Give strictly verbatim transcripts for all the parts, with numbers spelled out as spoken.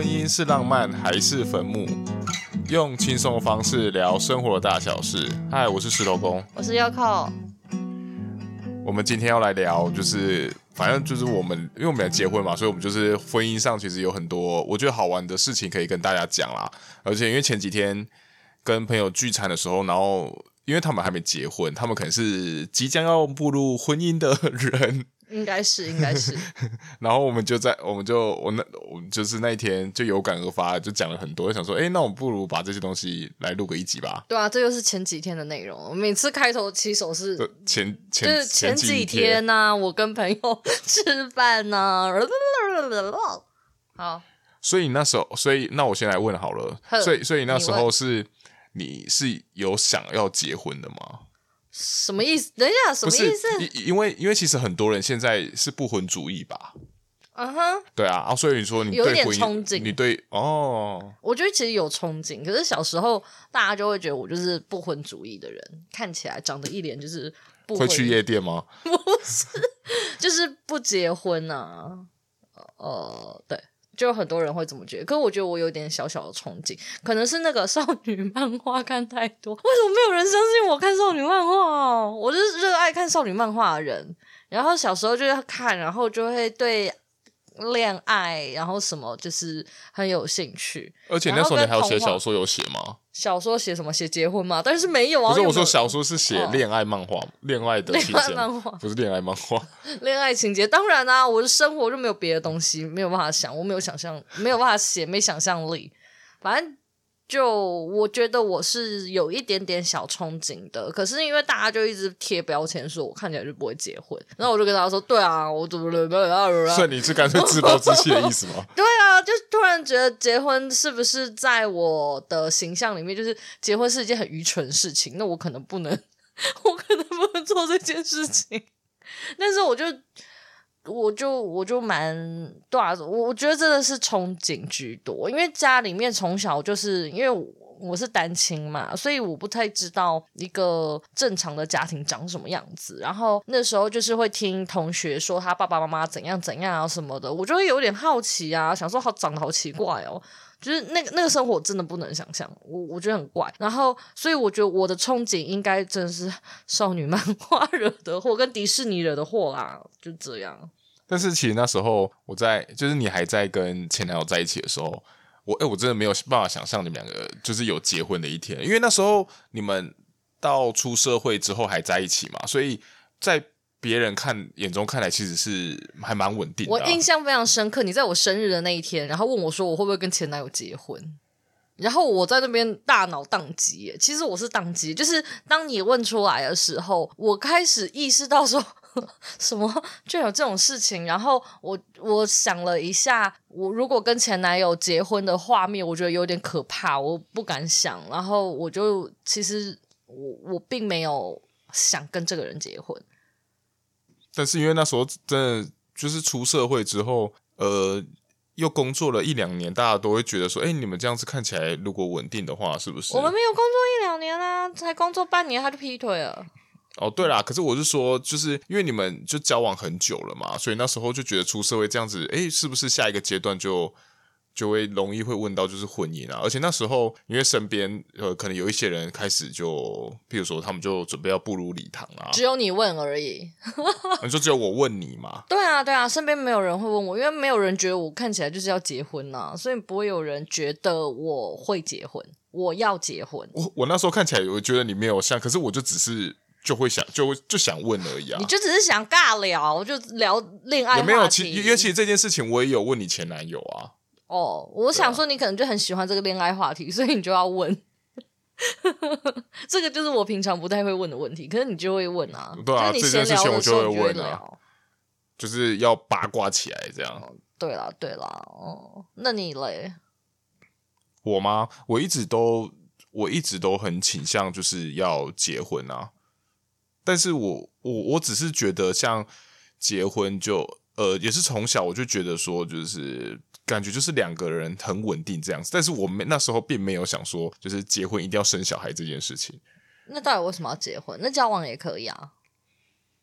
婚姻是浪漫还是坟墓？用轻松的方式聊生活的大小事。嗨，我是石头公， 我是 Yoko。 我们今天要来聊，就是反正就是我们，因为我们要结婚嘛，所以我们就是婚姻上其实有很多我觉得好玩的事情可以跟大家讲啦。而且因为前几天跟朋友聚餐的时候，然后因为他们还没结婚，他们可能是即将要步入婚姻的人。 应该是，应该是。 然后我们就在，我们就我那我们就是那一天就有感而发，就讲了很多，就想说，哎，那我们不如把这些东西来录个一集吧。 对啊，这就是前几天的内容。我每次开头起手是前前就是前几天呐、啊，我跟朋友吃饭呐、啊。好， 所以那时候，所以那我先来问好了。所以所以那时候是你是有想要结婚的吗？ 什么意思？等一下，什么意思？ 因为因为其实很多人现在是不婚主义吧？ 嗯哼， 对啊，啊，所以你说你对婚姻有点憧憬， 你对哦， 我觉得其实有憧憬，可是小时候大家就会觉得我就是不婚主义的人，看起来长得一脸就是不婚。 会去夜店吗？ 不是，就是不结婚啊。呃，对。就有很多人会这么觉得，可是我觉得我有点小小的憧憬，可能是那个少女漫画看太多。为什么没有人相信我看少女漫画？我就是热爱看少女漫画的人，然后小时候就要看，然后就会对恋爱，然后什么就是很有兴趣。 而且那时候你还有写小说，有写吗？ 小说写什么？写结婚吗？但是没有啊。 不是，我说小说是写恋爱漫画，恋、哦、爱的情节， 恋爱漫画不是恋爱漫画。 恋爱情节，当然啊，我的生活就没有别的东西，没有办法想，我没有想象，没有办法写，没想象力。反正就我觉得我是有一点点小憧憬的，可是因为大家就一直贴标签说我看起来就不会结婚，然后我就跟大家说，对啊，我怎么了？ 所以你是干脆自暴自弃的意思吗？ 对啊，就突然觉得结婚是不是在我的形象里面，就是结婚是一件很愚蠢的事情，那我可能不能，我可能不能做这件事情。但是我就。我就我就蛮对啊，我我觉得真的是憧憬居多，因为家里面从小就是因为我我是单亲嘛，所以我不太知道一个正常的家庭长什么样子。然后那时候就是会听同学说他爸爸妈妈怎样怎样啊什么的，我就会有点好奇啊，想说好长得好奇怪哦。就是那个那个生活真的不能想象，我我觉得很怪。然后，所以我觉得我的憧憬应该真的是少女漫画惹的祸，跟迪士尼惹的祸啦，就这样。 但是其实那时候我在，就是你还在跟前男友在一起的时候，我哎、欸，我真的没有办法想象你们两个就是有结婚的一天，因为那时候你们到出社会之后还在一起嘛，所以在别人看眼中看来其实是还蛮稳定的、啊。 我印象非常深刻，你在我生日的那一天，然后问我说我会不会跟前男友结婚，然后我在那边大脑宕机耶。其实我是宕机，就是当你问出来的时候，我开始意识到说什么就有这种事情。然后我我想了一下，我如果跟前男友结婚的画面，我觉得有点可怕，我不敢想。然后我就其实我我并没有想跟这个人结婚。 但是因为那时候真的就是出社会之后，呃，又工作了一两年，大家都会觉得说，哎，你们这样子看起来，如果稳定的话，是不是？ 我们没有工作一两年啊，才工作半年他就劈腿了。 哦，对啦，可是我是说，就是因为你们就交往很久了嘛，所以那时候就觉得出社会这样子，哎，是不是下一个阶段就？就会容易会问到就是婚姻啊，而且那时候因为身边呃可能有一些人开始就，譬如说他们就准备要步入礼堂啊， 只有你问而已。 你说只有我问你嘛？ 对啊对啊，身边没有人会问我，因为没有人觉得我看起来就是要结婚啊，所以不会有人觉得我会结婚，我要结婚。 我我那时候看起来我觉得你没有像，可是我就只是就会想就就想问而已啊。 你就只是想尬聊，就聊恋爱话题。 有没有？其因为其实这件事情我也有问你前男友啊。 哦，我想说你可能就很喜欢这个恋爱话题，所以你就要问。这个就是我平常不太会问的问题，可是你就会问啊。 对啊， 就是你这件事情我就会问啊， 就是要八卦起来这样。 哦、对啦对啦，哦，那你嘞？ 我吗？我一直都我一直都很倾向就是要结婚啊，但是我我我只是觉得像结婚就呃也是从小我就觉得说就是感觉就是两个人很稳定这样子，但是我们那时候并没有想说就是结婚一定要生小孩这件事情。 那到底为什么要结婚？那交往也可以啊。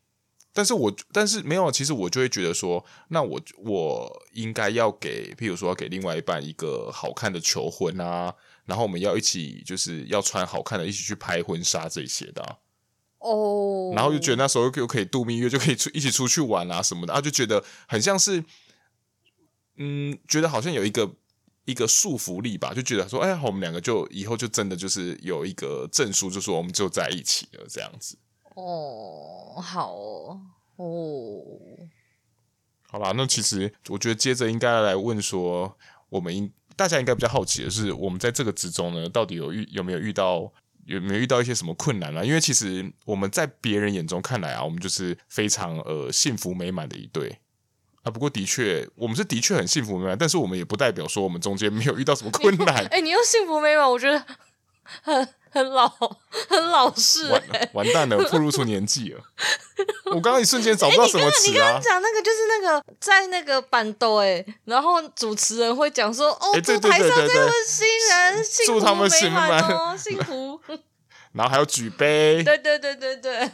但是我但是没有，其实我就会觉得说，那我我应该要给，譬如说要给另外一半一个好看的求婚啊，然后我们要一起就是要穿好看的，一起去拍婚纱这些的、啊。 哦、oh ， 然后就觉得那时候又可以度蜜月，就可以出一起出去玩啊什么的，啊就觉得很像是，嗯，觉得好像有一个一个束缚力吧，就觉得说，哎，我们两个就以后就真的就是有一个证书，就说我们就在一起了这样子。 哦，好哦，哦， 好啦，那其实我觉得接着应该来问说，我们应大家应该比较好奇的是，我们在这个之中呢，到底有遇有没有遇到？有没有遇到一些什么困难啊？因为其实我们在别人眼中看来啊，我们就是非常呃幸福美满的一对啊。不过的确，我们是的确很幸福美满，但是我们也不代表说我们中间没有遇到什么困难。 哎、欸，你用幸福美满，我觉得很很老很老式、欸， 完完蛋了，暴露出年纪了。我刚刚一瞬间找不到什么词啊！ 欸、你刚刚讲那个就是那个在那个板斗哎，然后主持人会讲说哦，祝、欸、台上这位新人幸福祝他们美满哦，幸福。 然后还有举杯， 对对对对对。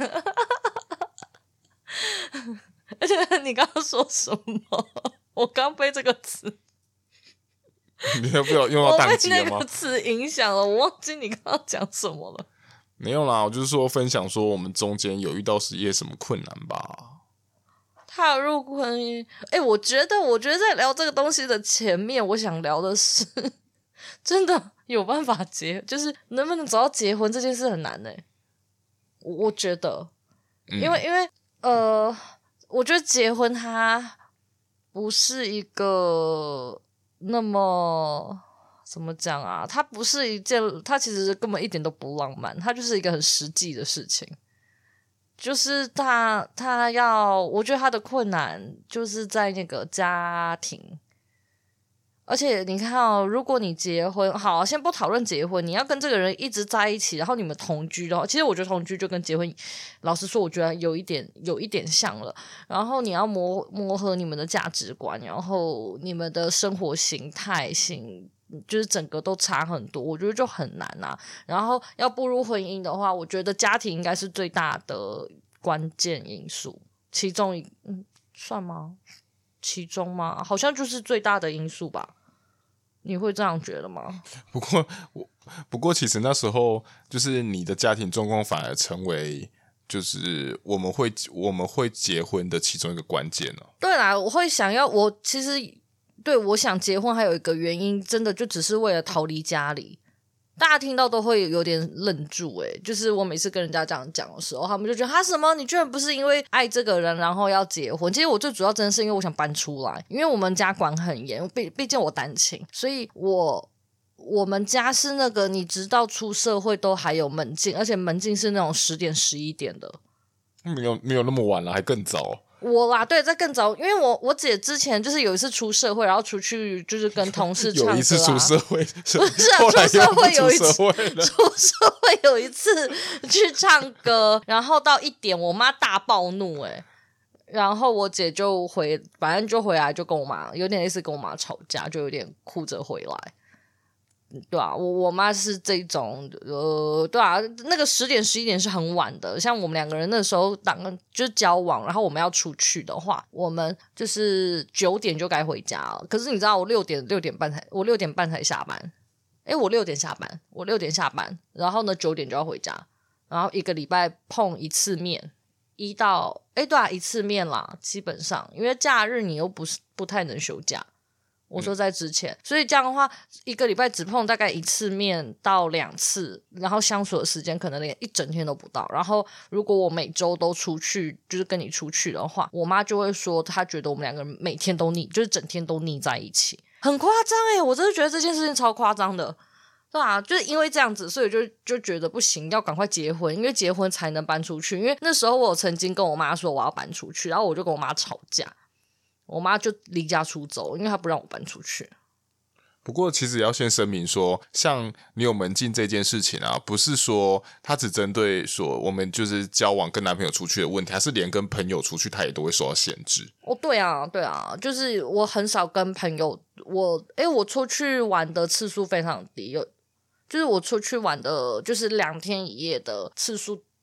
而且你刚刚说什么？我刚被这个词， 你有没有用到宕机了吗？ 我被那个词影响了，我忘记你刚刚讲什么了。 没有啦，我就是说分享说我们中间有遇到一些什么困难吧。 踏入婚姻，哎，我觉得，我觉得在聊这个东西的前面，我想聊的是，真的有办法结，就是能不能找到结婚这件事很难哎、欸。我觉得，因为、嗯、因为呃，我觉得结婚它不是一个那么。怎么讲啊？它不是一件，它其实根本一点都不浪漫，它就是一个很实际的事情。就是他，他要，我觉得他的困难就是在那个家庭。而且你看哦，如果你结婚，好，先不讨论结婚，你要跟这个人一直在一起，然后你们同居的话，其实我觉得同居就跟结婚，老实说，我觉得有一点有一点像了。然后你要磨磨合你们的价值观，然后你们的生活形态性。就是整个都差很多，我觉得就很难啊。然后要步入婚姻的话，我觉得家庭应该是最大的关键因素，其中一嗯算吗？其中吗？好像就是最大的因素吧。你会这样觉得吗？ 不过我不过其实那时候就是你的家庭状况反而成为就是我们会我们会结婚的其中一个关键了、哦。 对啦，我会想要我其实。对，我想结婚还有一个原因，真的就只是为了逃离家里。大家听到都会有点愣住，诶，就是我每次跟人家这样讲的时候，他们就觉得他什么？你居然不是因为爱这个人然后要结婚？其实我最主要真的是因为我想搬出来，因为我们家管很严，毕毕竟我单亲，所以我我们家是那个你直到出社会都还有门禁，而且门禁是那种十点十一点的， 没有没有那么晚了，还更早。 我啦，对，在更早，因为我我姐之前就是有一次出社会，然后出去就是跟同事唱歌、啊。 有一次出社会，不是啊，出社会有一次， 出社会有一次去唱歌，然后到一点，我妈大暴怒、欸，诶然后我姐就回，反正就回来就跟我妈有点类似跟我妈吵架，就有点哭着回来。对啊，我我妈是这种，呃，对啊，那个十点十一点是很晚的。像我们两个人那时候当就是交往，然后我们要出去的话，我们就是九点就该回家了。可是你知道，我六点六点半才，我六点半才下班。诶，我六点下班，我六点下班，然后呢九点就要回家，然后一个礼拜碰一次面，一到诶对啊一次面啦，基本上因为假日你又不是不太能休假。我说在之前、嗯、所以这样的话一个礼拜只碰大概一次面到两次，然后相处的时间可能连一整天都不到。然后如果我每周都出去就是跟你出去的话，我妈就会说她觉得我们两个人每天都腻，就是整天都腻在一起，很夸张耶，我真的觉得这件事情超夸张的。对啊，就是因为这样子，所以就就觉得不行，要赶快结婚，因为结婚才能搬出去。因为那时候我曾经跟我妈说我要搬出去，然后我就跟我妈吵架，我妈就离家出走，因为她不让我搬出去。 不过其实也要先声明说，像你有门禁这件事情啊，不是说它只针对说我们就是交往跟男朋友出去的问题，还是连跟朋友出去他也都会受到限制。 哦，对啊，对啊，就是我很少跟朋友，我诶我出去玩的次数非常低，有就是我出去玩的就是两天一夜的次数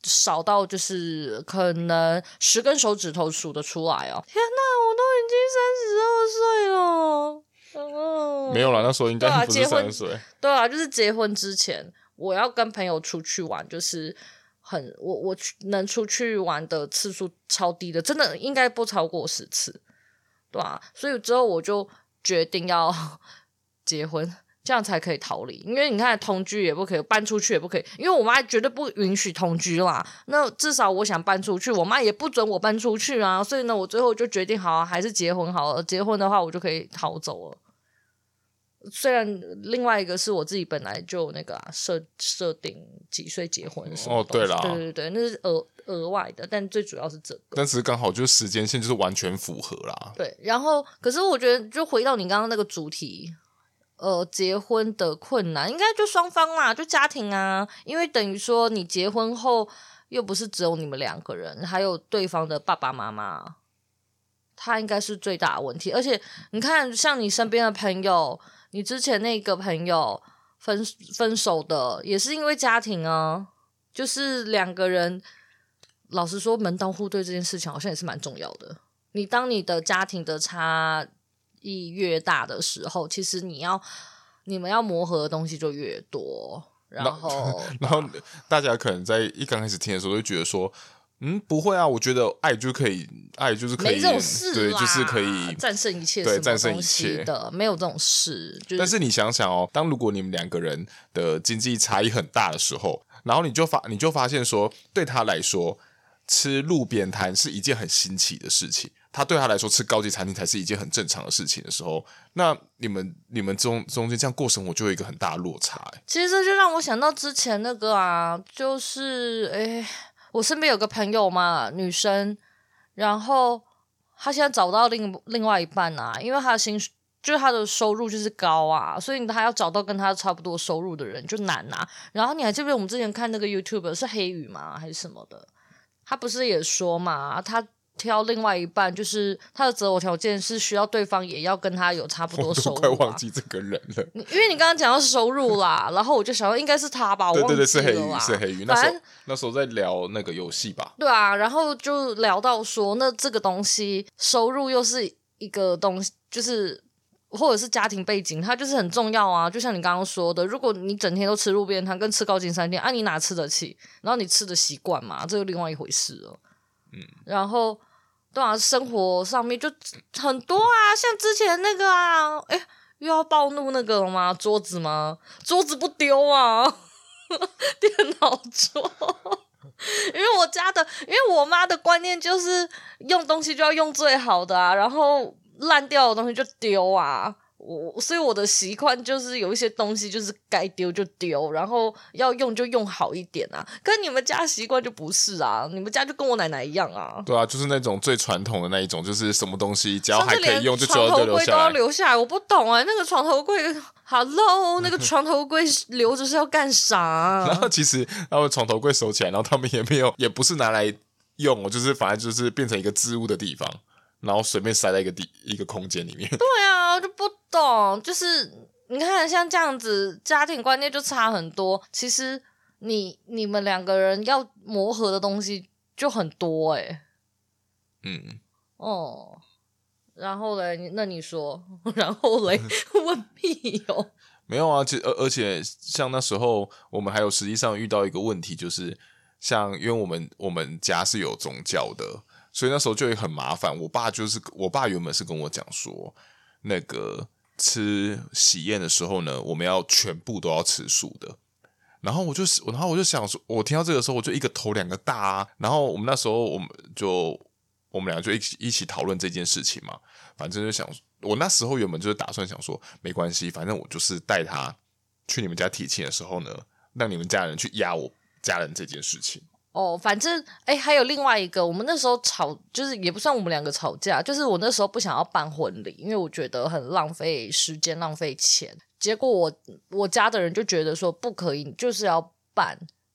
少到就是可能十根手指头数得出来哦。天哪，我都已经三十二岁了。嗯， 没有啦，那时候应该不是三十岁。 对啊，就是结婚之前，我要跟朋友出去玩，就是很我我能出去玩的次数超低的，真的应该不超过十次，对啊，所以之后我就决定要结婚。这样才可以逃离，因为你看同居也不可以，搬出去也不可以，因为我妈绝对不允许同居啦。那至少我想搬出去，我妈也不准我搬出去啊。所以呢，我最后就决定好、啊，还是结婚好了。结婚的话，我就可以逃走了。虽然另外一个是我自己本来就那个啊设设定几岁结婚什么哦，对啦， 对对对，那是额额外的，但最主要是这个。 但是刚好就是时间线就是完全符合啦。 对，然后可是我觉得就回到你刚刚那个主题。呃，结婚的困难应该就双方啦，就家庭啊，因为等于说你结婚后又不是只有你们两个人，还有对方的爸爸妈妈，他应该是最大的问题。而且你看，像你身边的朋友，你之前那个朋友分分手的也是因为家庭啊，就是两个人，老实说门当户对这件事情好像也是蛮重要的。你当你的家庭的差意越大的时候，其实你要你们要磨合的东西就越多，然后然后大家可能在一刚开始听的时候，就觉得说，嗯，不会啊，我觉得爱就可以，爱就是可以， 没这种事啦， 对，就是可以战胜一切， 对，战胜一切的，没有这种事。就是、 但是你想想哦，当如果你们两个人的经济差异很大的时候，然后你就发你就发现说，对他来说，吃路边摊是一件很新奇的事情。他对他来说吃高级餐厅才是一件很正常的事情的时候，那你们你们中中间这样过生活就有一个很大的落差、欸。 其实这就让我想到之前那个啊，就是诶，我身边有个朋友嘛，女生，然后她现在找到另另外一半啊，因为她的薪水就是她的收入就是高啊，所以她要找到跟她差不多收入的人就难啊。然后你还记不记得我们之前看那个 YouTube 是黑羽吗还是什么的？他不是也说嘛，他挑另外一半，就是他的择偶条件是需要对方也要跟他有差不多收入、啊。 我都快忘记这个人了， 因为你刚刚讲到收入啦，然后我就想说应该是他吧，我忘记了啦。 对对对，是黑鱼，是黑鱼。那时候那时候在聊那个游戏吧。 对啊，然后就聊到说，那这个东西收入又是一个东西，就是或者是家庭背景，它就是很重要啊。就像你刚刚说的，如果你整天都吃路边摊跟吃高级餐厅，啊，你哪吃得起？然后你吃的习惯嘛，这就另外一回事了。嗯，然后对啊，生活上面就很多啊，像之前那个啊，哎，又要暴怒那个了吗？桌子吗？桌子不丢啊，电脑桌。因为我家的，因为我妈的观念就是用东西就要用最好的啊，然后烂掉的东西就丢啊。我所以我的习惯就是有一些东西就是该丢就丢，然后要用就用好一点啊。跟你们家习惯就不是啊，你们家就跟我奶奶一样啊。 对啊，就是那种最传统的那一种，就是什么东西只要还可以用就床头柜都要留下来。我不懂哎、欸，那个床头柜 ，Hello， 那个床头柜留着是要干啥、啊？ 然后其实他们床头柜收起来，然后他们也没有，也不是拿来用，就是反正就是变成一个置物的地方。然后随便塞在一个地一个空间里面。 对啊，我就不懂，就是你看像这样子，家庭观念就差很多。其实你你们两个人要磨合的东西就很多哎、欸。嗯。哦。然后嘞，那你说，然后嘞，问屁哦。 没有啊，而而且像那时候我们还有实际上遇到一个问题，就是像因为我们我们家是有宗教的。所以那时候就会很麻烦，我爸就是我爸原本是跟我讲说，那个吃喜宴的时候呢，我们要全部都要吃素的。然后我就然后我就想说，我听到这个时候我就一个头两个大啊。然后我们那时候我们就我们俩就一起一起讨论这件事情嘛。反正就想，我那时候原本就是打算想说，没关系，反正我就是带他去你们家提亲的时候呢，让你们家人去压我家人这件事情。 哦，反正哎，还有另外一个，我们那时候吵，就是也不算我们两个吵架，就是我那时候不想要办婚礼，因为我觉得很浪费时间、浪费钱。结果我我家的人就觉得说不可以，就是要办，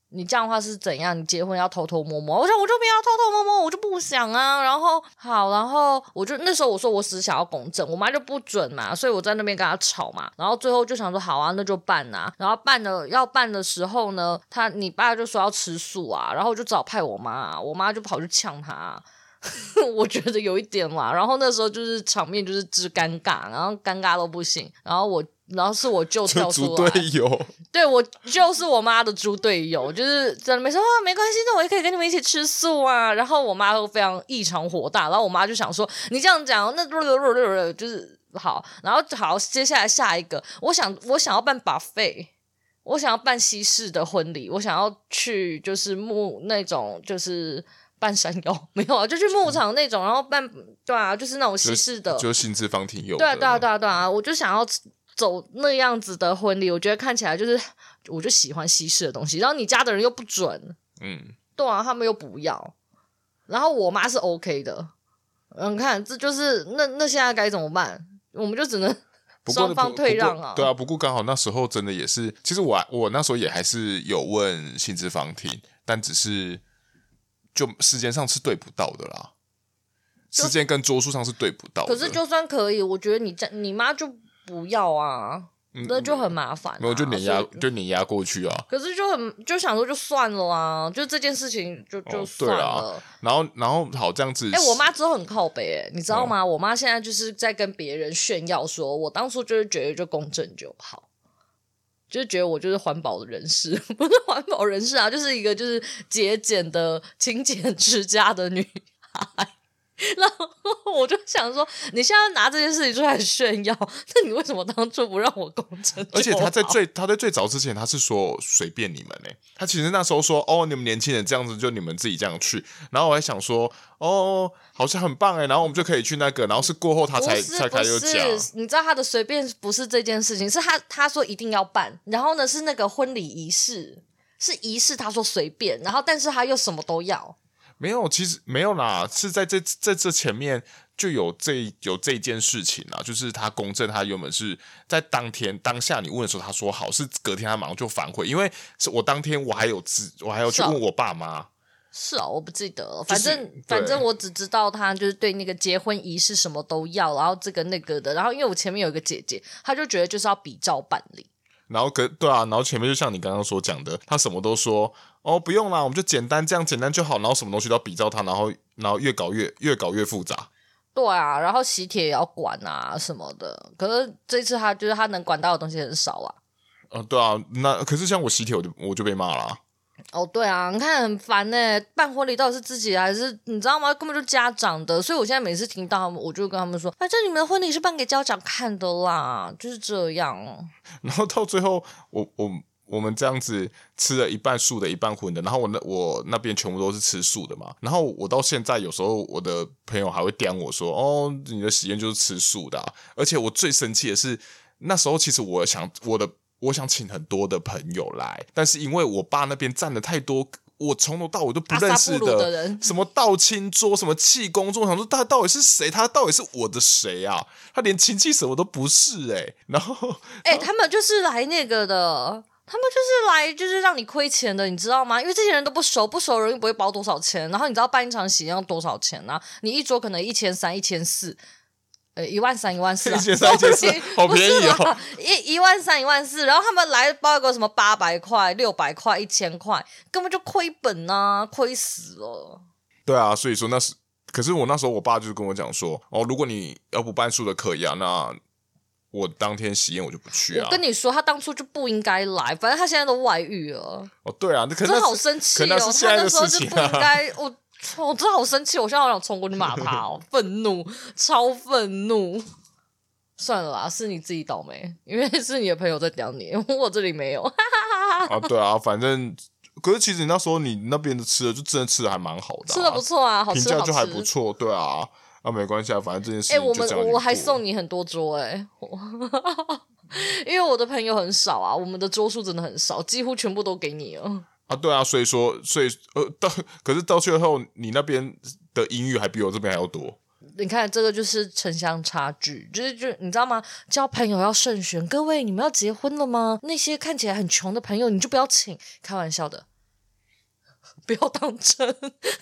你这样的话是怎样？你结婚要偷偷摸摸？我想我就不要偷偷摸摸，我就不想啊。然后好，然后我就那时候我说我只想要公证，我妈就不准嘛，所以我在那边跟她吵嘛。然后最后就想说好啊，那就办啊。然后办的要办的时候呢，他你爸就说要吃素啊，然后我就只好派我妈、啊，我妈就跑去呛他、啊。我觉得有一点啦，然后那时候就是场面就是之尴尬，然后尴尬都不行，然后我，然后是我舅跳出来， 猪队友， 对我就是我妈的猪队友，就是在那边说啊没关系，那我也可以跟你们一起吃素啊，然后我妈都非常异常火大，然后我妈就想说你这样讲，那就是好，然后好，接下来下一个，我想我想要办 buffet。我想要办西式的婚礼，我想要去就是牧那种就是办山药没有啊，就去牧场那种，然后办对啊，就是那种西式的， 就, 就薪资方挺有的， 对啊对啊对啊对啊，我就想要走那样子的婚礼，我觉得看起来就是我就喜欢西式的东西，然后你家的人又不准，嗯，对啊，他们又不要，然后我妈是 OK 的，你看这就是那那现在该怎么办？我们就只能。双方退让啊， 对啊，不过刚好那时候真的也是，其实我我那时候也还是有问薪资方庭，但只是就时间上是对不到的啦，时间跟桌数上是对不到的。 可是就算可以，我觉得你你妈就不要啊。那就很麻烦、啊， 没有就碾压就碾压过去啊。 可是就很就想说就算了啊，就这件事情就就算了。 哦啊、然后然后好这样子， 哎、欸，我妈之后很靠北哎、欸，你知道吗？哦、我妈现在就是在跟别人炫耀说，我当初就是觉得就公正就好，就是觉得我就是环保的人士，不是环保人士啊，就是一个就是节俭的勤俭持家的女孩。然后我就想说，你现在拿这件事情出来炫耀，那你为什么当初不让我公正？ 而且他在最他在最早之前，他是说随便你们呢、欸。他其实那时候说，哦，你们年轻人这样子，就你们自己这样去。然后我还想说，哦，好像很棒哎、欸，然后我们就可以去那个。然后是过后他才才开始讲， 你知道他的随便不是这件事情，是他他说一定要办，然后呢是那个婚礼仪式，是仪式，他说随便，然后但是他又什么都要。 没有，其实没有啦，是在这在这前面就有这有这件事情啦，就是他公证，他原本是在当天当下你问的时候，他说好，是隔天他马上就反悔，因为是我当天我还有自我还要去问我爸妈。 是啊、哦，我不记得了，反正、就是、反正我只知道他就是对那个结婚仪式什么都要，然后这个那个的，然后因为我前面有一个姐姐，她就觉得就是要比照办理。 然后跟对啊，然后前面就像你刚刚所讲的，他什么都说哦不用啦，我们就简单这样简单就好，然后什么东西都要比照他，然后然后越搞越越搞越复杂。 对啊，然后喜帖也要管啊什么的，可是这次他就是他能管到的东西很少啊。 呃，对啊，那可是像我喜帖我就我就被骂了、啊。 哦，对啊，你看很烦欸，办婚礼到底是自己还是你知道吗？根本就家长的，所以我现在每次听到他们，我就跟他们说，反正你们的婚礼是办给家长看的啦，就是这样。 然后到最后，我我我们这样子吃了一半素的，一半荤的，然后我那我那边全部都是吃素的嘛。然后我到现在有时候我的朋友还会刁我说，哦，你的喜宴就是吃素的、啊。而且我最生气的是，那时候其实我想我的。我想请很多的朋友来，但是因为我爸那边占了太多我从头到尾都不认识 的, 的人， 什么道亲桌什么气功桌，我想说他到底是谁，他到底是我的谁啊，他连亲戚什么都不是欸。然后欸他们就是来那个的，他们就是来就是让你亏钱的，你知道吗？因为这些人都不熟，不熟人又不会包多少钱，然后你知道办一场喜宴要多少钱啊？你一桌可能一千三一千四呃，一万三，一万四、啊， 一千三，一千四，好便宜哦！ 一一万三，一万四，然后他们来包一个什么八百块、六百块、一千块，根本就亏本啊，亏死了。 对啊，所以说那是，可是我那时候我爸就是跟我讲说，哦，如果你要不办素的可以啊，那我当天喜宴我就不去啊。 我跟你说，他当初就不应该来，反正他现在都外遇了。 哦，对啊，那可是真好生气哦！ 可那是现在的事情啊、 他那时候就不应该我。我真的好生气，我现在好想冲过去骂他哦，愤怒，超愤怒。算了啦，是你自己倒霉，因为是你的朋友在屌你，我这里没有。 啊，对啊，反正可是其实你那时候你那边的吃的就真的吃的还蛮好的、啊， 吃的不错啊，好吃， 评价就还不错，对啊，啊没关系啊，反正这件事情哎、欸，我们我还送你很多桌哎、欸，因为我的朋友很少啊，我们的桌数真的很少，几乎全部都给你了。 啊，对啊，所以说，所以呃，到可是到最后，你那边的音域还比我这边还要多。 你看，这个就是城乡差距，就是就你知道吗？交朋友要慎选。各位，你们要结婚了吗？那些看起来很穷的朋友，你就不要请，开玩笑的。 不要当真。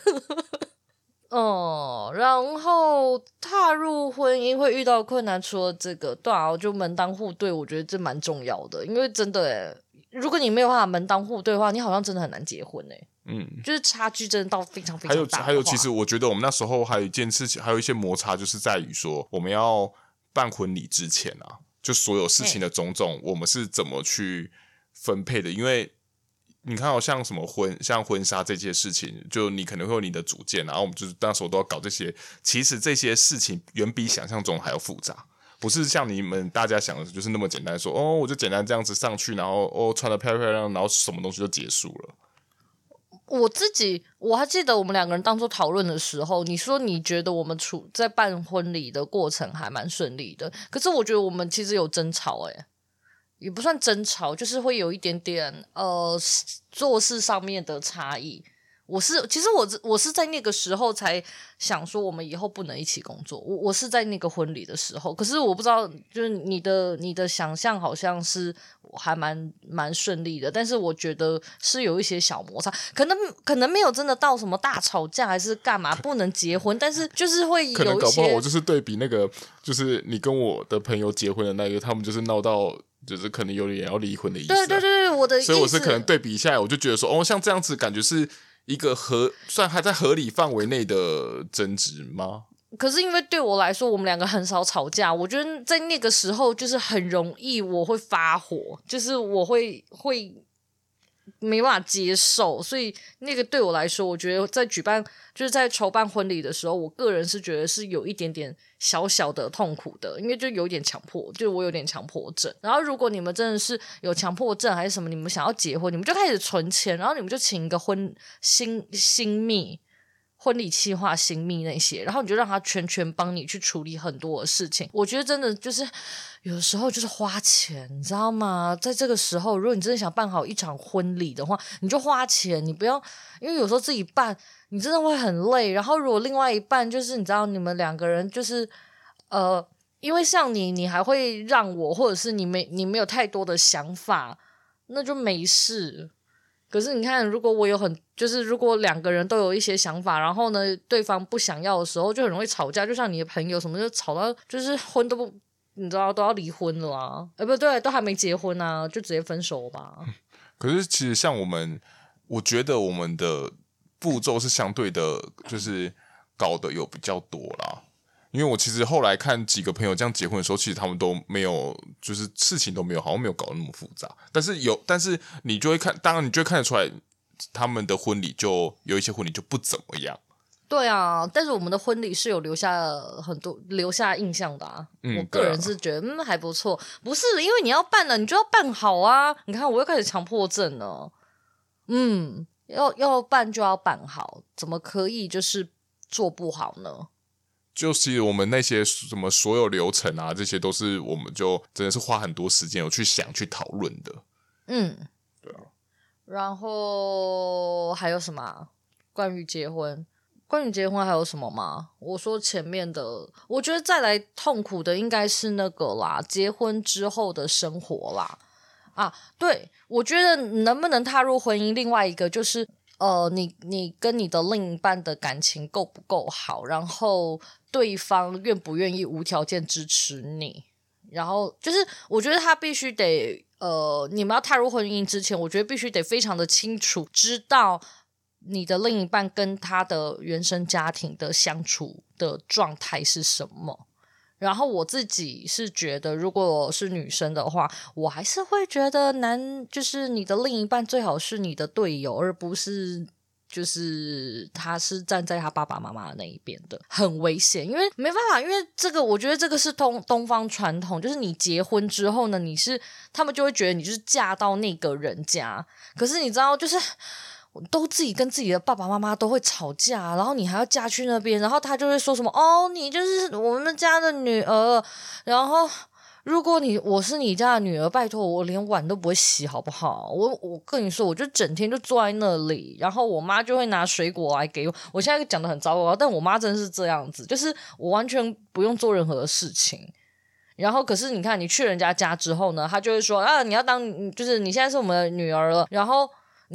哦，然后踏入婚姻会遇到困难，除了这个，对啊，就门当户对，我觉得这蛮重要的，因为真的诶，如果你没有办法门当户对的话，你好像真的很难结婚诶。嗯，就是差距真的到非常非常大的话。 还有还有，其实我觉得我们那时候还有一件事情，还有一些摩擦，就是在于说我们要办婚礼之前啊，就所有事情的种种，我们是怎么去分配的？因为你看好像什么婚像婚纱这些事情，就你可能会有你的主见，然后我们就是那时候都要搞这些，其实这些事情远比想象中还要复杂，不是像你们大家想的就是那么简单说，哦我就简单这样子上去，然后哦穿得漂漂亮亮，然后什么东西就结束了。 我自己我还记得我们两个人当初讨论的时候，你说你觉得我们处在办婚礼的过程还蛮顺利的，可是我觉得我们其实有争吵诶、欸也不算争吵，就是会有一点点呃做事上面的差异。我是其实我我是在那个时候才想说我们以后不能一起工作，我我是在那个婚礼的时候，可是我不知道，就是你的你的想象好像是还蛮蛮顺利的，但是我觉得是有一些小摩擦，可能可能没有真的到什么大吵架还是干嘛不能结婚，但是就是会有一些， 可能搞不好我就是对比那个，就是你跟我的朋友结婚的那个，他们就是闹到。就是可能有点要离婚的意思、啊， 对对对，我的意思， 所以我是可能对比下来，我就觉得说，哦，像这样子感觉是一个合，算还在合理范围内的争执吗？ 可是因为对我来说，我们两个很少吵架，我觉得在那个时候就是很容易我会发火，就是我会会没办法接受，所以那个对我来说，我觉得在举办就是在筹办婚礼的时候，我个人是觉得是有一点点小小的痛苦的，因为就有点强迫，就我有点强迫症。然后如果你们真的是有强迫症还是什么，你们想要结婚，你们就开始存钱，然后你们就请一个婚新新秘。婚礼企划新秘那些，然后你就让他全权帮你去处理很多的事情。我觉得真的就是有的时候就是花钱，你知道吗？在这个时候，如果你真的想办好一场婚礼的话，你就花钱，你不要，因为有时候自己办，你真的会很累。然后如果另外一半就是你知道你们两个人就是呃，因为像你，你还会让我，或者是你没你没有太多的想法，那就没事。可是你看，如果我有很，就是如果两个人都有一些想法，然后呢，对方不想要的时候，就很容易吵架。就像你的朋友什么，就吵到就是婚都不，你知道都要离婚了啊，呃，不对，都还没结婚啊，就直接分手吧。 可是其实像我们，我觉得我们的步骤是相对的，就是搞的有比较多啦。因为我其实后来看几个朋友这样结婚的时候，其实他们都没有，就是事情都没有，好像没有搞得那么复杂。但是有，但是你就会看，当然你就会看得出来，他们的婚礼就有一些婚礼就不怎么样。 对啊，但是我们的婚礼是有留下很多留下印象的啊。嗯、我个人是觉得嗯还不错，不是因为你要办了，你就要办好啊。你看我又开始强迫症了，嗯，要要办就要办好，怎么可以就是做不好呢？ 就是我们那些什么所有流程啊，这些都是我们就真的是花很多时间有去想去讨论的。 嗯， 对啊。 然后还有什么、啊？关于结婚，关于结婚还有什么吗？我说前面的，我觉得再来痛苦的应该是那个啦，结婚之后的生活啦。啊，对，我觉得能不能踏入婚姻，另外一个就是。呃，你你跟你的另一半的感情够不够好？然后对方愿不愿意无条件支持你？然后就是我觉得他必须得呃，你们要踏入婚姻之前，我觉得必须得非常的清楚，知道你的另一半跟他的原生家庭的相处的状态是什么。然后我自己是觉得，如果是女生的话，我还是会觉得男就是你的另一半最好是你的队友，而不是就是他是站在他爸爸妈妈那一边的，很危险。因为没办法，因为这个我觉得这个是东东方传统，就是你结婚之后呢，你是他们就会觉得你就是嫁到那个人家，可是你知道就是。都自己跟自己的爸爸妈妈都会吵架，然后你还要嫁去那边，然后他就会说什么哦，你就是我们家的女儿，然后如果你我是你家的女儿，拜托我连碗都不会洗好不好？我我跟你说，我就整天就坐在那里，然后我妈就会拿水果来给我。我现在讲的很糟糕，但我妈真的是这样子，就是我完全不用做任何的事情。然后可是你看，你去人家家之后呢，她就会说啊，你要当就是你现在是我们的女儿了，然后你。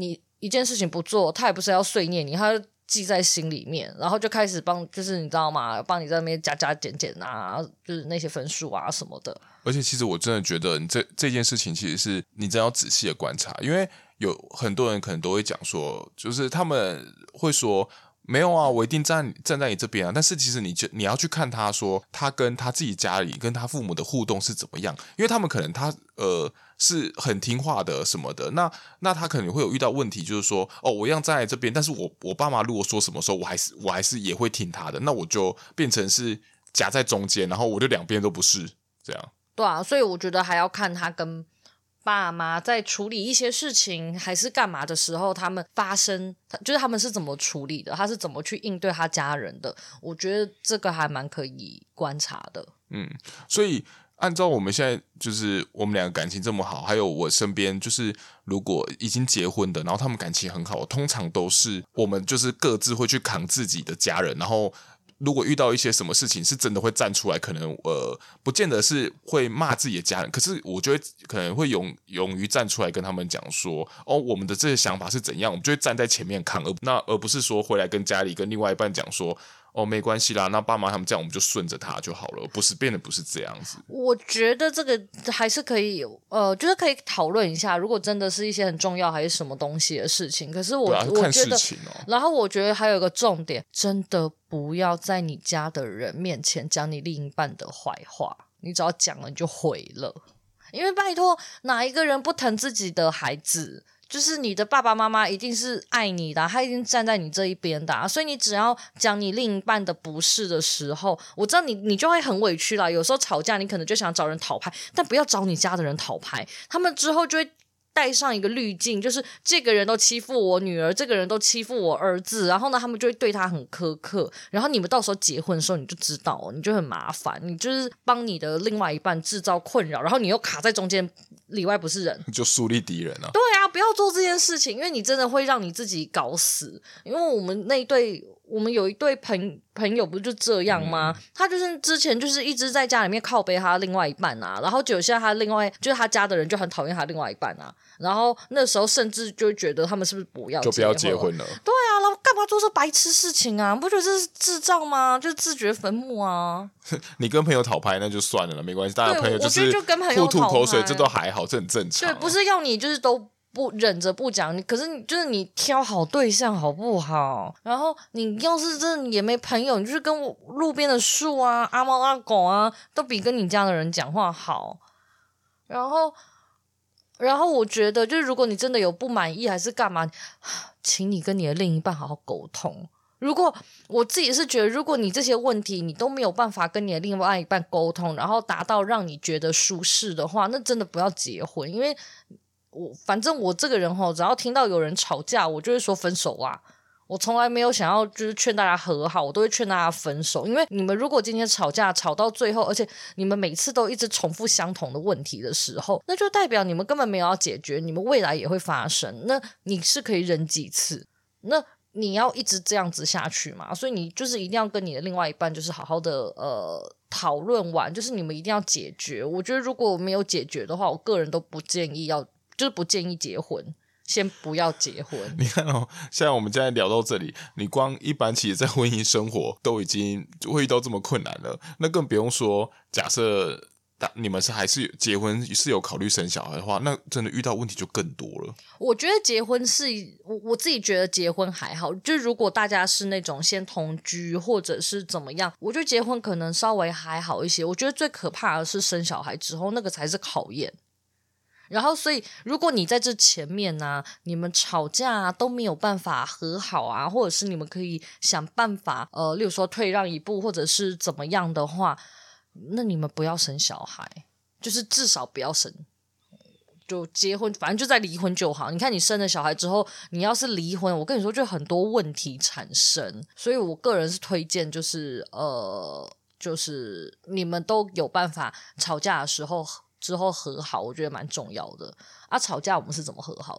一件事情不做，他也不是要碎念你，他就记在心里面，然后就开始帮，就是你知道吗？帮你在那边加加减减啊，就是那些分数啊什么的。 而且其实我真的觉得你这这件事情其实是你真要仔细的观察，因为有很多人可能都会讲说，就是他们会说没有啊，我一定站站在你这边啊。但是其实你就你要去看他说他跟他自己家里跟他父母的互动是怎么样，因为他们可能他呃是很听话的什么的，那那他可能会有遇到问题，就是说哦，我一样站在这边，但是我我爸妈如果说什么时候，我还是我还是也会听他的，那我就变成是夹在中间，然后我就两边都不是这样。 对啊，所以我觉得还要看他跟爸妈在处理一些事情还是干嘛的时候，他们发生就是他们是怎么处理的，他是怎么去应对他家人的，我觉得这个还蛮可以观察的。 嗯，所以按照我们现在就是我们两个感情这么好，还有我身边就是如果已经结婚的，然后他们感情很好，通常都是我们就是各自会去扛自己的家人，然后如果遇到一些什么事情是真的会站出来，可能呃不见得是会骂自己的家人，可是我觉得可能会勇勇于站出来跟他们讲说，哦，我们的这些想法是怎样，我们就会站在前面扛，而那而不是说回来跟家里跟另外一半讲说，哦，没关系啦，那爸妈他们这样我们就顺着他就好了，不是变得不是这样子。 我觉得这个还是可以呃就是可以讨论一下，如果真的是一些很重要还是什么东西的事情，可是我、 对啊、 我看觉得事情哦。 然后我觉得还有一个重点，真的不要在你家的人面前讲你另一半的坏话，你只要讲了你就毁了。因为拜托，哪一个人不疼自己的孩子？就是你的爸爸妈妈一定是爱你的啊，他一定站在你这一边的啊，所以你只要讲你另一半的不是的时候，我知道你你就会很委屈啦。有时候吵架你可能就想找人讨拍，但不要找你家的人讨拍，他们之后就会带上一个滤镜，就是这个人都欺负我女儿，这个人都欺负我儿子，然后呢他们就会对他很苛刻，然后你们到时候结婚的时候你就知道哦，你就很麻烦，你就是帮你的另外一半制造困扰，然后你又卡在中间，里外不是人， 就树立敌人啊。 对啊，不要做这件事情，因为你真的会让你自己搞死。因为我们那一对，我们有一对朋朋友不就这样吗？嗯、他就是之前就是一直在家里面靠背他另外一半啊，然后就现在他另外就是他家的人就很讨厌他另外一半啊，然后那时候甚至就会觉得他们是不是不要就不要结婚了？ 对啊，然后干嘛做这白痴事情啊？不觉得这是智障吗？就是自掘坟墓啊！ 你跟朋友讨拍那就算了，没关系，大家朋友就是互吐口水，这都还好，这很正常、啊。 对，不是要你就是都不忍着不讲，可是你就是你挑好对象好不好？然后你要是真的也没朋友，你就是跟我路边的树啊、阿猫阿狗啊，都比跟你家的人讲话好。然后，然后我觉得，就是如果你真的有不满意还是干嘛，请你跟你的另一半好好沟通。如果我自己是觉得，如果你这些问题你都没有办法跟你的另外一半沟通，然后达到让你觉得舒适的话，那真的不要结婚。因为我反正我这个人吼，只要听到有人吵架，我就会说分手啊。我从来没有想要就是劝大家和好，我都会劝大家分手。因为你们如果今天吵架吵到最后，而且你们每次都一直重复相同的问题的时候，那就代表你们根本没有要解决，你们未来也会发生。那你是可以忍几次？那你要一直这样子下去嘛？所以你就是一定要跟你的另外一半就是好好的呃讨论完，就是你们一定要解决。我觉得如果没有解决的话，我个人都不建议要，就是不建议结婚，先不要结婚。 你看哦，现在我们现在聊到这里，你光一般其实在婚姻生活都已经会遇到这么困难了，那更不用说假设你们是还是结婚是有考虑生小孩的话，那真的遇到问题就更多了。 我觉得结婚是我我自己觉得结婚还好，就是如果大家是那种先同居或者是怎么样，我觉得结婚可能稍微还好一些。我觉得最可怕的是生小孩之后，那个才是考验。然后所以如果你在这前面啊，你们吵架啊都没有办法和好啊，或者是你们可以想办法呃例如说退让一步或者是怎么样的话，那你们不要生小孩，就是至少不要生，就结婚反正就再离婚就好。你看你生了小孩之后，你要是离婚，我跟你说就很多问题产生。所以我个人是推荐就是呃就是你们都有办法吵架的时候之后和好，我觉得蛮重要的啊。吵架我们是怎么和好的？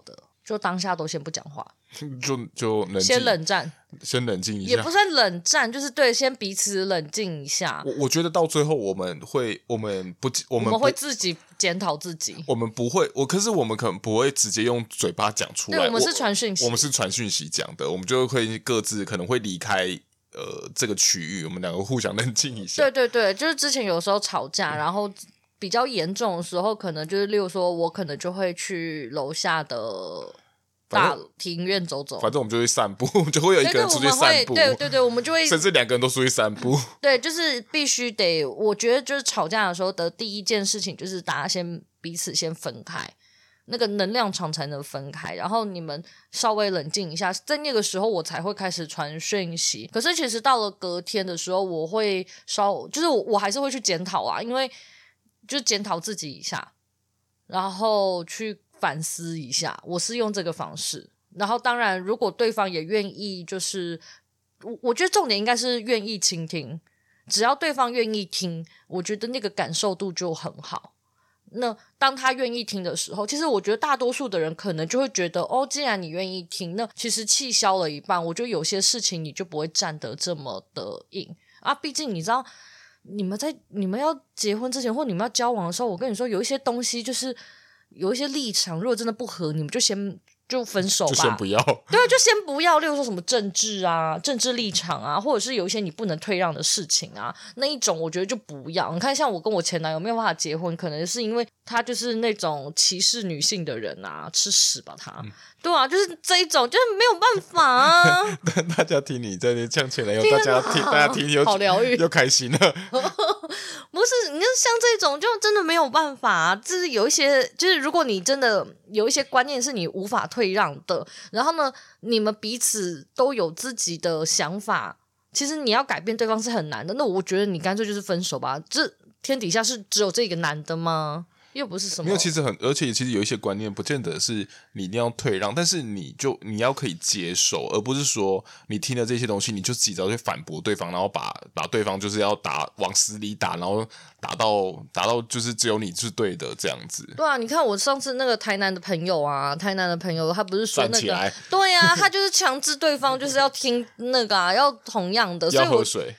就当下都先不讲话， 就就冷静， 先冷战， 先冷静一下， 也不算冷战，就是对，先彼此冷静一下。 我我觉得到最后我们会，我们不，我们我们会自己检讨自己。 我们不会，我可是我们可能不会直接用嘴巴讲出来。 对，我们是传讯息， 我们是传讯息讲的，我们就会各自可能会离开呃这个区域，我们两个互相冷静一下。 对对对，就是之前有时候吵架，然后比较严重的时候，可能就是例如说我可能就会去楼下的大庭院走走， 反正我们就会散步，我们就会有一个人出去散步， 对对 对, 对, 对，我们就会甚至两个人都出去散步。 对，就是必须得，我觉得就是吵架的时候的第一件事情就是大家先彼此先分开，那个能量场才能分开，然后你们稍微冷静一下，在那个时候我才会开始传讯息。可是其实到了隔天的时候，我会稍就是 我, 我还是会去检讨啊，因为就检讨自己一下，然后去反思一下，我是用这个方式。然后当然如果对方也愿意，就是我我觉得重点应该是愿意倾听，只要对方愿意听，我觉得那个感受度就很好。那当他愿意听的时候，其实我觉得大多数的人可能就会觉得，哦，既然你愿意听，那其实气消了一半，我觉得有些事情你就不会站得这么的硬啊。毕竟你知道，你们在你们要结婚之前或你们要交往的时候，我跟你说有一些东西就是有一些立场，如果真的不合，你们就先就分手吧， 就先不要。 对，就先不要。例如说什么政治啊、政治立场啊，或者是有一些你不能退让的事情啊，那一种我觉得就不要。你看，像我跟我前男友没有办法结婚，可能是因为他就是那种歧视女性的人啊，吃屎吧他。嗯、对啊，就是这一种，就是没有办法啊。 大家听你在那呛前男友，大家听，大家听又好疗愈， 又开心了。 不是，你就像这种就真的没有办法啊。就是有一些，就是如果你真的有一些观念是你无法退让的，然后呢，你们彼此都有自己的想法，其实你要改变对方是很难的。那我觉得你干脆就是分手吧。这天底下是只有这个男的吗？又不是什么， 没有，其实很，而且其实有一些观念不见得是你一定要退让，但是你就你要可以接受，而不是说你听了这些东西你就自己要去反驳对方，然后把把对方就是要打往死里打，然后打到打到就是只有你是对的这样子。 对啊，你看我上次那个台南的朋友啊，台南的朋友他不是说那个站起来， 对啊，他就是强制对方就是要听那个啊，要同样的，所以要喝水。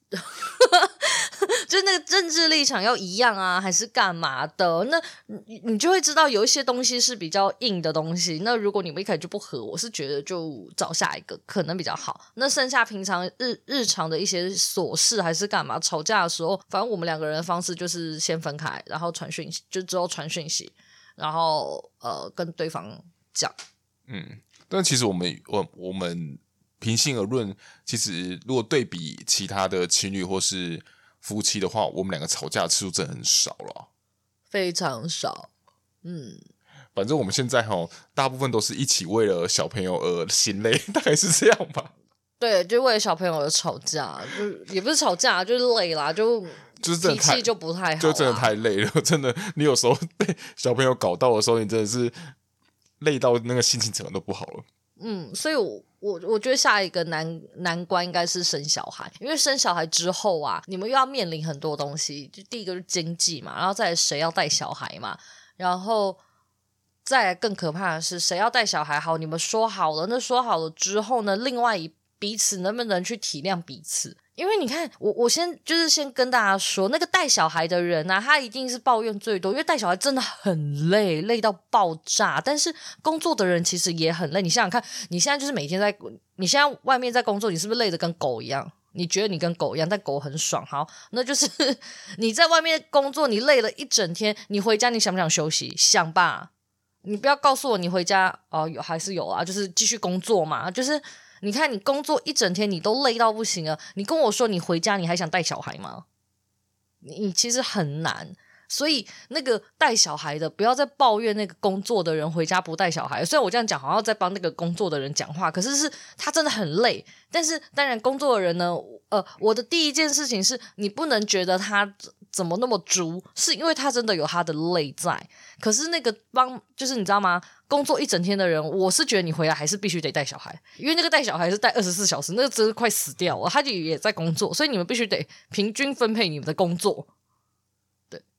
就是那个政治立场要一样啊，还是干嘛的？那你你就会知道有一些东西是比较硬的东西。那如果你们一开始就不合，我是觉得就找下一个可能比较好。那剩下平常日日常的一些琐事还是干嘛，吵架的时候，反正我们两个人的方式就是先分开，然后传讯息，就之后传讯息，然后呃跟对方讲。 嗯，但其实我们我我们。平心而论，其实如果对比其他的情侣或是夫妻的话，我们两个吵架的次数真的很少了， 非常少。嗯， 反正我们现在齁，大部分都是一起为了小朋友而心累，大概是这样吧。 对，就为了小朋友而吵架，就也不是吵架，就是累啦，就就是脾气就不太好， 就真的太累了。真的，你有时候被小朋友搞到的时候，你真的是累到那个心情整个都不好了。 嗯，所以我我我觉得下一个难难关应该是生小孩，因为生小孩之后啊，你们又要面临很多东西，就第一个是经济嘛，然后再来谁要带小孩嘛，然后再来更可怕的是谁要带小孩。好，你们说好了，那说好了之后呢，另外一彼此能不能去体谅彼此？因为你看，我我先就是先跟大家说，那个带小孩的人啊，他一定是抱怨最多，因为带小孩真的很累，累到爆炸。但是工作的人其实也很累，你想想看，你现在就是每天在，你现在外面在工作，你是不是累得跟狗一样？你觉得你跟狗一样，但狗很爽。好，那就是你在外面工作，你累了一整天，你回家你想不想休息？想吧。你不要告诉我你回家哦，有还是有啊，就是继续工作嘛，就是。你看，你工作一整天，你都累到不行了。你跟我说你回家，你还想带小孩吗？你你其实很难。所以那个带小孩的，不要再抱怨那个工作的人回家不带小孩。虽然我这样讲，好像在帮那个工作的人讲话，可是是他真的很累。但是当然，工作的人呢，呃，我的第一件事情是你不能觉得他怎么那么猪，是因为他真的有他的累在。可是那个帮，就是你知道吗？工作一整天的人，我是觉得你回来还是必须得带小孩，因为那个带小孩是带二十四小时，那个真是快死掉了。他就也在工作，所以你们必须得平均分配你们的工作。对，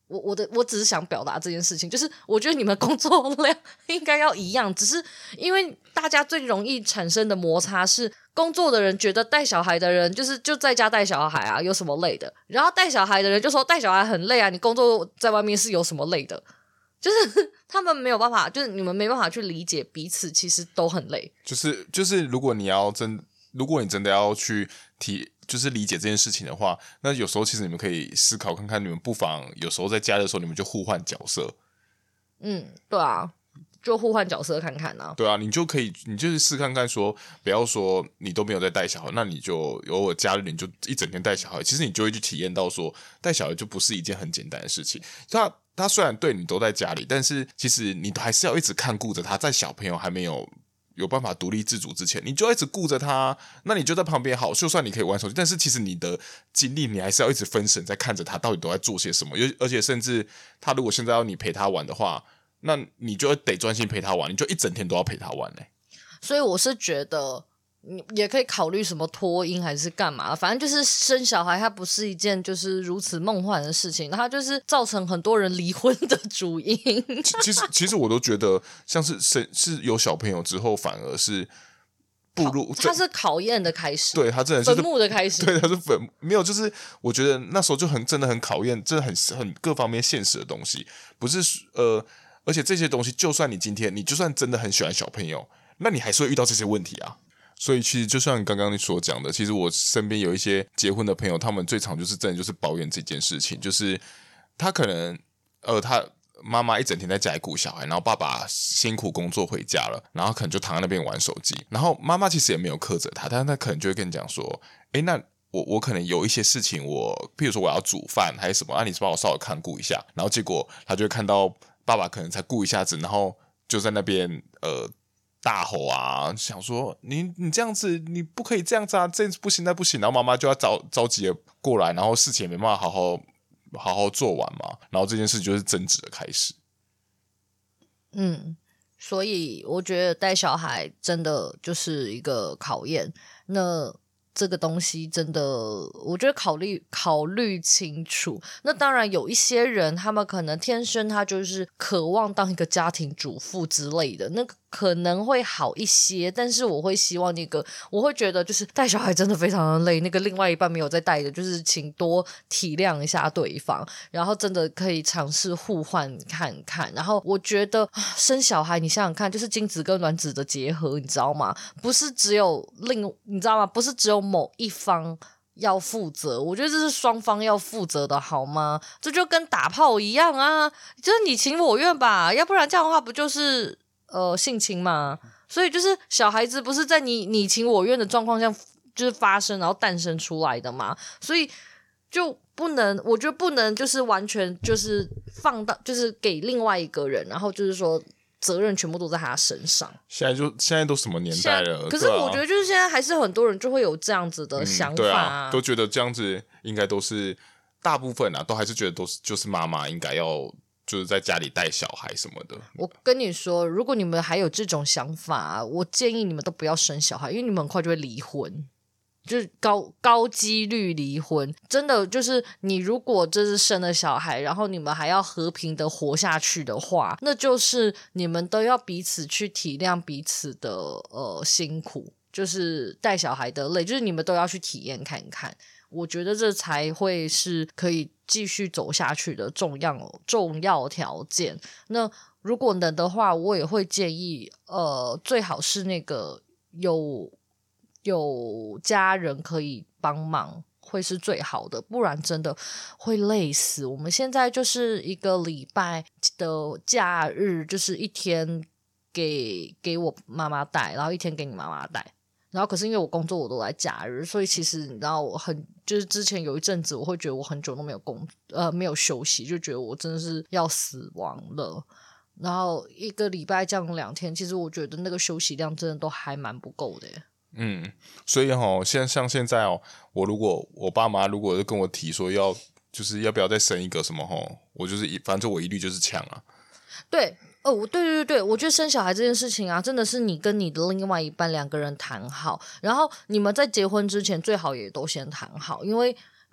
我我的我只是想表达这件事情，就是我觉得你们工作量应该要一样，只是因为大家最容易产生的摩擦是工作的人觉得带小孩的人就是就在家带小孩啊，有什么累的？然后带小孩的人就说带小孩很累啊，你工作在外面是有什么累的？就是他们没有办法，就是你们没办法去理解彼此，其实都很累。 就是就是，如果你要真，如果你真的要去提。就是理解这件事情的话，那有时候其实你们可以思考看看，你们不妨有时候在家的时候，你们就互换角色。 嗯，对啊，就互换角色看看啊。 对啊，你就可以，你就是试看看说，不要说你都没有在带小孩，那你就偶尔假日你就一整天带小孩，其实你就会去体验到说，带小孩就不是一件很简单的事情。他他虽然对你都在家里，但是其实你还是要一直看顾着他，在小朋友还没有。有办法独立自主之前，你就一直顾着他，那你就在旁边好。就算你可以玩手机，但是其实你的精力你还是要一直分神在看着他到底都在做些什么。而且甚至他如果现在要你陪他玩的话，那你就得专心陪他玩，你就一整天都要陪他玩嘞、欸。 所以我是觉得。你也可以考虑什么托婴还是干嘛，反正就是生小孩它不是一件就是如此梦幻的事情，它就是造成很多人离婚的主因。 其实其实我都觉得像是是是有小朋友之后反而是步入， 它是考验的开始， 对，它真的是坟墓的开始， 对，它是坟没有，就是我觉得那时候就很真的很考验，真的很很各方面现实的东西，不是呃，而且这些东西就算你今天你就算真的很喜欢小朋友，那你还是会遇到这些问题啊。所以其实就像刚刚你所讲的，其实我身边有一些结婚的朋友，他们最常就是真的就是抱怨这件事情，就是他可能呃他妈妈一整天在家里顾小孩，然后爸爸辛苦工作回家了，然后可能就躺在那边玩手机，然后妈妈其实也没有苛责他，但是他可能就会跟你讲说，诶，那我我可能有一些事情我，譬如说我要煮饭还是什么，啊你帮我稍微看顾一下，然后结果他就会看到爸爸可能才顾一下子，然后就在那边呃。大吼啊，想说你你这样子你不可以这样子啊，这样子不行那不行，然后妈妈就要着着急的过来，然后事情也没办法好好好好做完嘛，然后这件事就是争执的开始。 嗯，所以我觉得带小孩真的就是一个考验。那这个东西真的，我觉得考虑考虑清楚。那当然有一些人，他们可能天生他就是渴望当一个家庭主妇之类的，那个可能会好一些。但是我会希望那个，我会觉得就是带小孩真的非常的累，那个另外一半没有在带的，就是请多体谅一下对方，然后真的可以尝试互换看看。然后我觉得生小孩，你想想看，就是精子跟卵子的结合，你知道吗？不是只有另，你知道吗？不是只有某一方要负责，我觉得这是双方要负责的，好吗？这就跟打炮一样啊，就是你情我愿吧，要不然这样的话不就是呃性侵吗？所以就是小孩子不是在你你情我愿的状况下就是发生，然后诞生出来的嘛，所以就不能，我觉得不能就是完全就是放到就是给另外一个人，然后就是说。责任全部都在他身上。 现在就现在都什么年代了？ 可是我觉得就是现在还是很多人就会有这样子的想法、啊嗯、对啊，都觉得这样子应该都是大部分啊，都还是觉得都是就是妈妈应该要就是在家里带小孩什么的。 我跟你说，如果你们还有这种想法，我建议你们都不要生小孩，因为你们很快就会离婚。就是高高几率离婚，真的就是你如果这是生了小孩，然后你们还要和平的活下去的话，那就是你们都要彼此去体谅彼此的呃辛苦，就是带小孩的累，就是你们都要去体验看看。我觉得这才会是可以继续走下去的重要重要条件。那如果能的话，我也会建议呃最好是那个有。有家人可以帮忙会是最好的，不然真的会累死。我们现在就是一个礼拜的假日，就是一天给给我妈妈带，然后一天给你妈妈带。然后可是因为我工作我都在假日，所以其实你知道我很就是之前有一阵子我会觉得我很久都没有工呃没有休息，就觉得我真的是要死亡了。然后一个礼拜这样两天，其实我觉得那个休息量真的都还蛮不够的耶。 嗯，所以齁，现像现在哦，我如果我爸妈如果跟我提说要，就是要不要再生一个什么齁，我就是一，反正我一律就是抢啊。 对，哦，对对对，我觉得生小孩这件事情啊，真的是你跟你的另外一半两个人谈好，然后你们在结婚之前最好也都先谈好，因为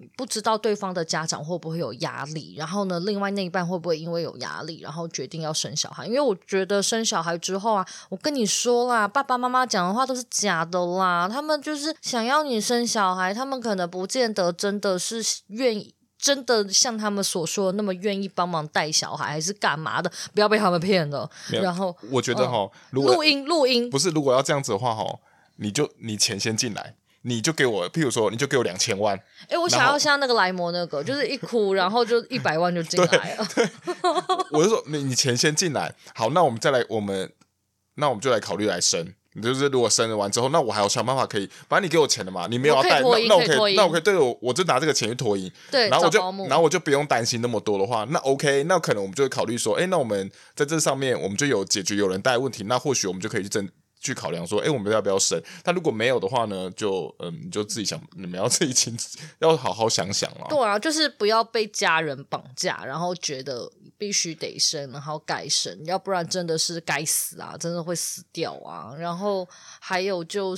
不知道对方的家长会不会有压力，然后呢另外那一半会不会因为有压力然后决定要生小孩。因为我觉得生小孩之后啊，我跟你说啦，爸爸妈妈讲的话都是假的啦，他们就是想要你生小孩，他们可能不见得真的是愿意，真的像他们所说的那么愿意帮忙带小孩还是干嘛的，不要被他们骗了。然后我觉得齁、嗯、如果录音录音不是，如果要这样子的话齁，你就你钱先进来，你就给我，譬如说你就给我两千万。 哎、欸，我想要像那个莱摩那个，就是一哭然后就一百万就进来了。 对，我就说你你钱先进来，好，那我们再来，我们那我们就来考虑来生。你就是如果生了完之后，那我还有想办法可以，反正你给我钱了嘛，你没有要带，那那我可以，那我可以，对我我就拿这个钱去托婴， 对， 然后我就然后我就不用担心那么多的话，那 OK， 那可能我们就会考虑说，哎，那我们在这上面我们就有解决有人带的问题，那或许我们就可以去争。去考量说，哎，我们要不要生？但如果没有的话呢，就嗯，你就自己想，你们要自己亲自要好好想想啦。 对啊，就是不要被家人绑架，然后觉得必须得生，然后该生，要不然真的是该死啊，真的会死掉啊。然后还有就是，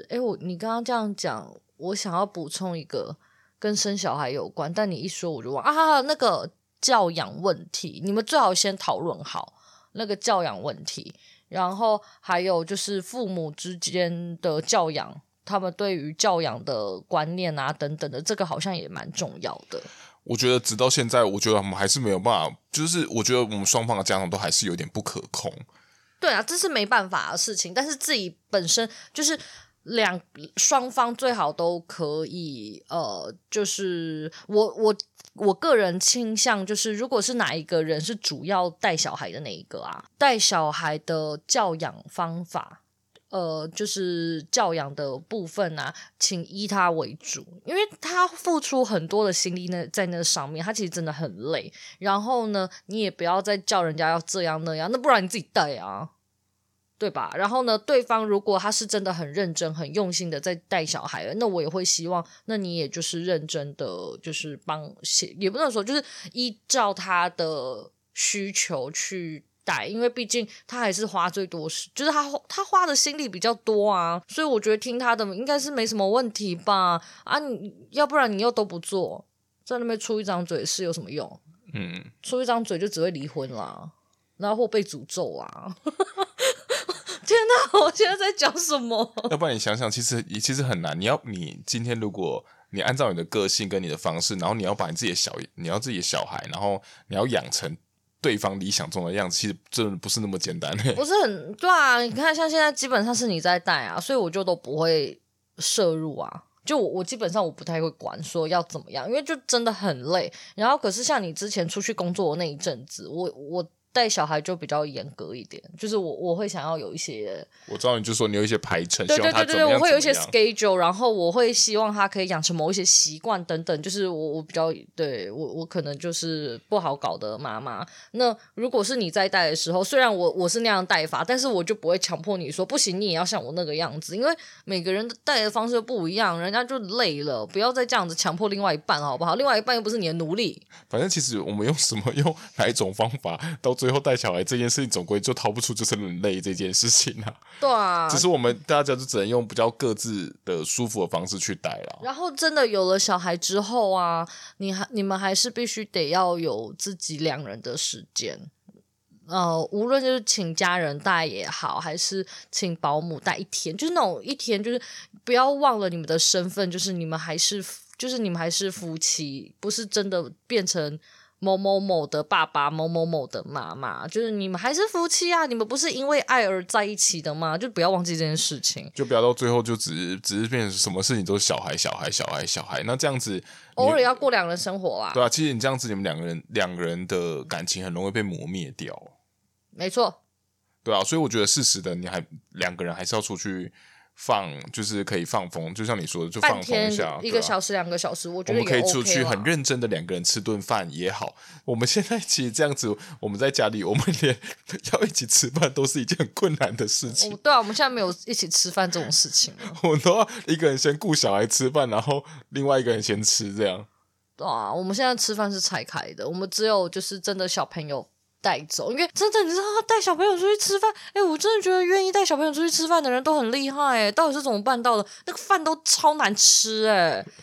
哎，我你刚刚这样讲，我想要补充一个跟生小孩有关，但你一说我就忘啊，那个教养问题，你们最好先讨论好那个教养问题。然后还有就是父母之间的教养，他们对于教养的观念啊等等的，这个好像也蛮重要的。 我觉得直到现在，我觉得我们还是没有办法，就是我觉得我们双方的家长都还是有点不可控。 对啊，这是没办法的事情，但是自己本身就是两双方最好都可以，呃，就是我我我个人倾向就是，如果是哪一个人是主要带小孩的那一个啊，带小孩的教养方法，呃，就是教养的部分啊，请依他为主，因为他付出很多的心力那在那上面，他其实真的很累。然后呢，你也不要再叫人家要这样那样，那不然你自己带啊。对吧？然后呢，对方如果他是真的很认真很用心的在带小孩了，那我也会希望那你也就是认真的就是帮，也不能说就是依照他的需求去带，因为毕竟他还是花最多，就是他他花的心力比较多啊，所以我觉得听他的应该是没什么问题吧。啊，你要不然你又都不做，在那边出一张嘴是有什么用？嗯，出一张嘴就只会离婚啦，然后或被诅咒啊。天哪，我现在在讲什么？ 要不然你想想，其实其实很难。你要你今天如果你按照你的个性跟你的方式，然后你要把你自己的小你要自己的小孩，然后你要养成对方理想中的样子，其实真的不是那么简单。 不是很对啊，你看像现在基本上是你在带啊，所以我就都不会摄入啊。就我我基本上我不太会管说要怎么样，因为就真的很累。然后可是像你之前出去工作的那一阵子，我我带小孩就比较严格一点，就是我我会想要有一些， 我知道你就说你有一些排程， 对对对对，我会有一些 schedule， 然后我会希望他可以养成某一些习惯等等，就是我我比较对我我可能就是不好搞的妈妈。那如果是你在带的时候，虽然我我是那样带法，但是我就不会强迫你说不行，你也要像我那个样子，因为每个人带的方式不一样，人家就累了，不要再这样子强迫另外一半好不好？另外一半又不是你的奴隶。 反正其实我们用什么用哪一种方法到最后带小孩这件事情总归就逃不出就是很累这件事情啊。 对啊， 只是我们大家就只能用比较各自的舒服的方式去带啦。 然后真的有了小孩之后啊，你还你们还是必须得要有自己两人的时间。呃，无论就是请家人带也好，还是请保姆带一天，就是那种一天，就是不要忘了你们的身份，就是你们还是就是你们还是夫妻，不是真的变成某某某的爸爸某某某的妈妈，就是你们还是夫妻啊，你们不是因为爱而在一起的吗？就不要忘记这件事情， 就不要到最后就只是只是变成什么事情都是小孩小孩小孩小孩，那这样子偶尔要过两人生活啦。 对啊，其实你这样子你们两个人两个人的感情很容易被磨灭掉。 没错， 对啊，所以我觉得适时的你还两个人还是要出去放，就是可以放风，就像你说的，就放风一下， 一个小时、两个小时，我觉得也 OK 我们可以出去很认真的两个人吃顿饭也好。我们现在其实这样子，我们在家里，我们连要一起吃饭都是一件很困难的事情。 对啊，我们现在没有一起吃饭这种事情了。 我们都要一个人先顾小孩吃饭，然后另外一个人先吃，这样。 对啊，我们现在吃饭是拆开的，我们只有就是真的小朋友带走，因为真的你知道带小朋友出去吃饭，哎，我真的觉得愿意带小朋友出去吃饭的人都很厉害，哎，到底是怎么办到的？那个饭都超难吃，哎，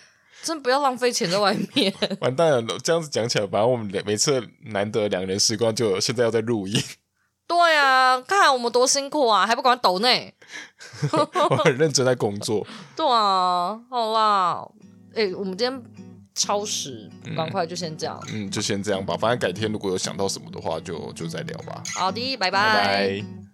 真不要浪费钱在外面。 完蛋了，这样子讲起来，反正我们每次难得两人时光，就有现在要在录音。 对啊，看我们多辛苦啊，还不赶快抖内。 我很认真在工作。 对啊，好啦，哎、欸，我们今天超时，赶快就先这样。 嗯，就先这样吧。反正改天如果有想到什么的话就，就就再聊吧。 好的，拜拜。 拜拜。